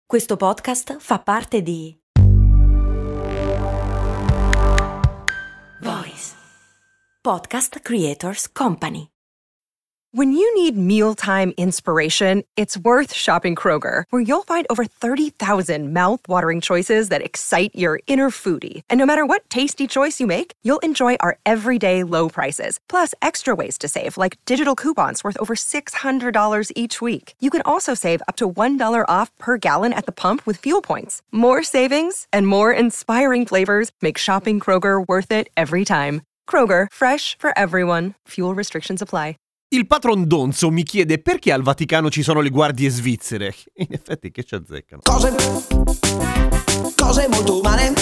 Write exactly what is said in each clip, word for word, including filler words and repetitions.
Questo podcast fa parte di Voice Podcast Creators Company. When you need mealtime inspiration, it's worth shopping Kroger, where you'll find over thirty thousand mouth-watering choices that excite your inner foodie. And no matter what tasty choice you make, you'll enjoy our everyday low prices, plus extra ways to save, like digital coupons worth over six hundred dollars each week. You can also save up to one dollar off per gallon at the pump with fuel points. More savings and more inspiring flavors make shopping Kroger worth it every time. Kroger, fresh for everyone. Fuel restrictions apply. Il patron Donzo mi chiede perché al Vaticano ci sono le guardie svizzere. In effetti, che ci azzeccano? Cose, cose molto umane,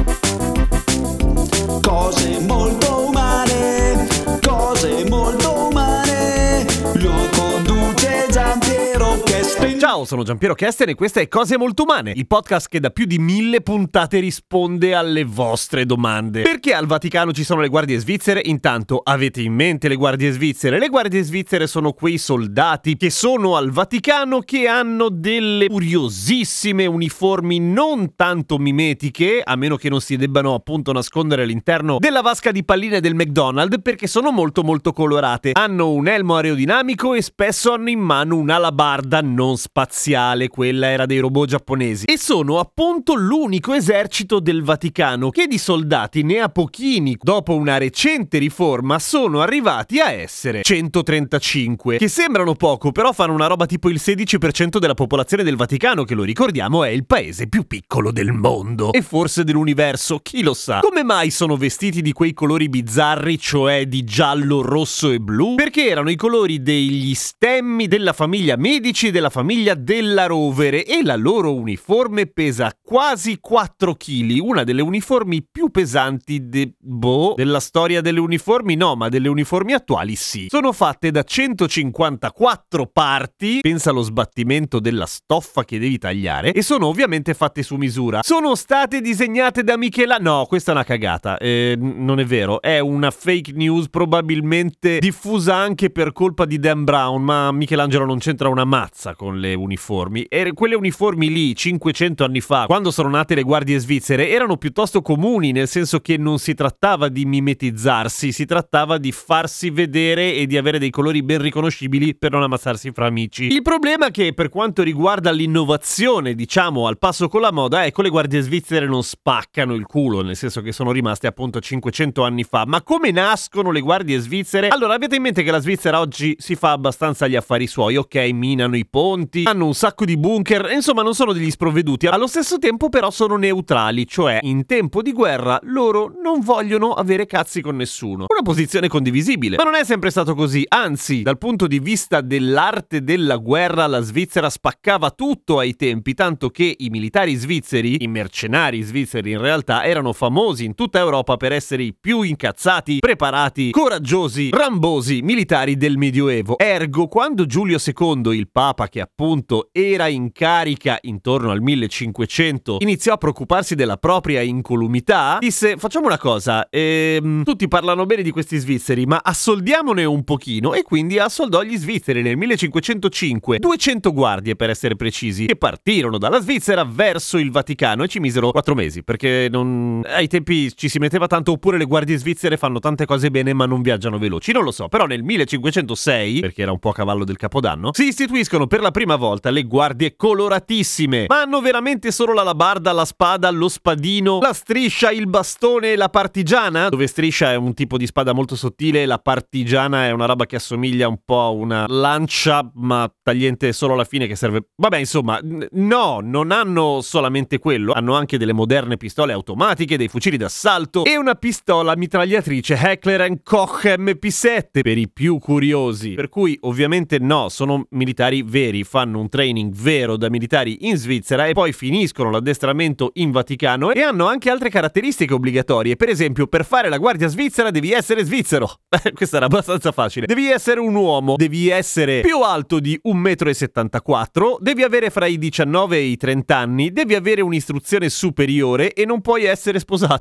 cose molto umane, cose molto umane, lo conduce Giampiero Kesten. Ciao, sono Giampiero Kesten e questa è Cose Molto Umane, il podcast che da più di mille puntate risponde alle vostre domande. Perché al Vaticano ci sono le guardie svizzere? Intanto, avete in mente le guardie svizzere? Le guardie svizzere sono quei soldati che sono al Vaticano che hanno delle curiosissime uniformi non tanto mimetiche, a meno che non si debbano appunto nascondere all'interno della vasca di palline del McDonald's, perché sono molto molto colorate. Hanno un elmo aerodinamico e spesso hanno in mano un'alabarda non spaziale, quella era dei robot giapponesi, e sono appunto l'unico esercito del Vaticano che di soldati ne ha pochini. Dopo una recente riforma sono arrivati a essere centotrentacinque, che sembrano poco, però fanno una roba tipo il sedici per cento della popolazione del Vaticano, che lo ricordiamo è il paese più piccolo del mondo e forse dell'universo, chi lo sa. Come mai sono vestiti di quei colori bizzarri, cioè di giallo, rosso e blu? Perché erano i colori degli stemmi della famiglia Medici e della famiglia della Rovere, e la loro uniforme pesa quasi quattro chili, una delle uniformi più pesanti de... boh, della storia delle uniformi no, ma delle uniformi attuali sì. Sono fatte da centocinquantaquattro parti, pensa allo sbattimento della stoffa che devi tagliare, e sono ovviamente fatte su misura. Sono state disegnate da Michelangelo. No, questa è una cagata, eh, non è vero, è una fake news probabilmente diffusa anche per colpa di Dan Brown, ma Michelangelo non c'entra una mazza con le uniformi. E quelle uniformi lì cinquecento anni fa, quando sono nate le guardie svizzere, erano piuttosto comuni, nel senso che non si trattava di mimetizzarsi, si trattava di farsi vedere e di avere dei colori ben riconoscibili per non ammazzarsi fra amici. Il problema è che per quanto riguarda l'innovazione, diciamo al passo con la moda, ecco, le guardie svizzere non spaccano il culo, nel senso che sono rimaste appunto cinquecento anni fa. Ma come nascono le guardie svizzere? Allora, avete in mente che la Svizzera oggi si fa abbastanza gli affari suoi, ok, minano i ponti, hanno un sacco di bunker, insomma non sono degli sprovveduti, allo stesso tempo però sono neutrali, cioè in tempo di guerra loro non vogliono avere cazzi con nessuno. Una posizione condivisibile, ma non è sempre stato così, anzi, dal punto di vista dell'arte della guerra la Svizzera spaccava tutto ai tempi, tanto che i militari svizzeri, i mercenari svizzeri in realtà, erano famosi in tutta Europa per essere i più incazzati, preparati, coraggiosi, rambosi militari del Medioevo. Ergo, quando Giulio secondo, il papa che appunto era in carica intorno al millecinquecento, iniziò a preoccuparsi della propria incolumità, disse: facciamo una cosa, ehm, tutti parlano bene di questi svizzeri, ma assoldiamone un pochino, e quindi assoldò gli svizzeri nel millecinquecentocinque, duecento guardie per essere precisi, che partirono dalla Svizzera verso il Vaticano e ci misero quattro mesi, perché non... ai tempi ci si metteva tanto, oppure le guardie svizzere fanno tante cose bene ma non viaggiano veloci, non lo so. Però nel millecinquecentosei, perché era un po' a cavallo del Capodanno, si istituiscono per la prima volta le guardie coloratissime, ma hanno veramente solo l'alabarda, la spada, lo spadino, la striscia, il bastone e la partigiana, dove striscia è un tipo di spada molto sottile, la partigiana è una roba che assomiglia un po' a una lancia ma tagliente solo alla fine, che serve... Vabbè, insomma, n- no, non hanno solamente quello, hanno anche delle moderne pistole automatiche, dei fucili d'assalto e una pistola mitragliatrice Heckler and Koch M P sette per i più curiosi. Per cui ovviamente no, sono militari veri, fanno un training vero da militari in Svizzera e poi finiscono l'addestramento in Vaticano, e hanno anche altre caratteristiche obbligatorie. Per esempio, per fare la guardia svizzera devi essere svizzero. Questa era abbastanza facile. Devi essere un uomo, devi essere più alto di un metro e settantaquattro, devi avere fra i diciannove e i trenta anni, devi avere un'istruzione superiore e non puoi essere sposato.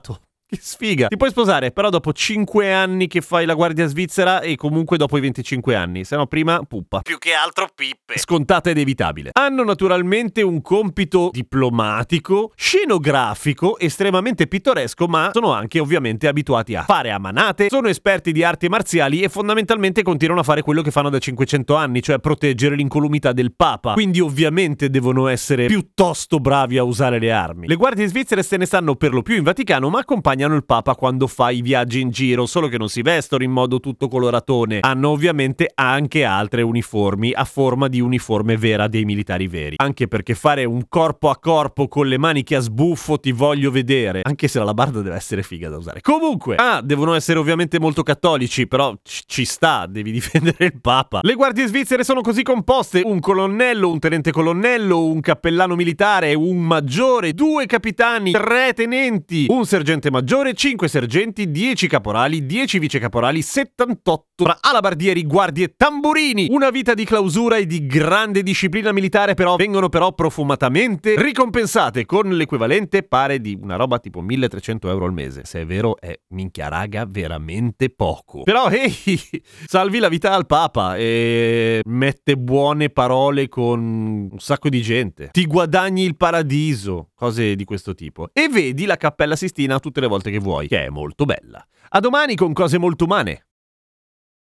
Che sfiga. Ti puoi sposare, però dopo cinque anni che fai la guardia svizzera e comunque dopo i venticinque anni, se no prima puppa. Più che altro pippe. Scontata ed evitabile. Hanno naturalmente un compito diplomatico, scenografico, estremamente pittoresco, ma sono anche ovviamente abituati a fare a manate, sono esperti di arti marziali e fondamentalmente continuano a fare quello che fanno da cinquecento anni, cioè proteggere l'incolumità del Papa. Quindi ovviamente devono essere piuttosto bravi a usare le armi. Le guardie svizzere se ne stanno per lo più in Vaticano, ma accompagnano il Papa quando fa i viaggi in giro, solo che non si vestono in modo tutto coloratone. Hanno ovviamente anche altre uniformi a forma di uniforme vera dei militari veri. Anche perché fare un corpo a corpo con le maniche a sbuffo ti voglio vedere. Anche se la labarda deve essere figa da usare. Comunque, ah, devono essere ovviamente molto cattolici, però c- ci sta, devi difendere il Papa. Le guardie svizzere sono così composte: un colonnello, un tenente colonnello, un cappellano militare, un maggiore, due capitani, tre tenenti, un sergente maggiore, cinque sergenti, dieci caporali, dieci vicecaporali, settantotto tra alabardieri, guardie e tamburini. Una vita di clausura e di grande disciplina militare, però vengono però profumatamente ricompensate con l'equivalente pare di una roba tipo milletrecento euro al mese. Se è vero è, minchia raga, veramente poco. Però ehi, hey, salvi la vita al Papa e mette buone parole con un sacco di gente. Ti guadagni il paradiso, cose di questo tipo. E vedi la Cappella Sistina tutte le volte che vuoi, che è molto bella. A domani con cose molto umane.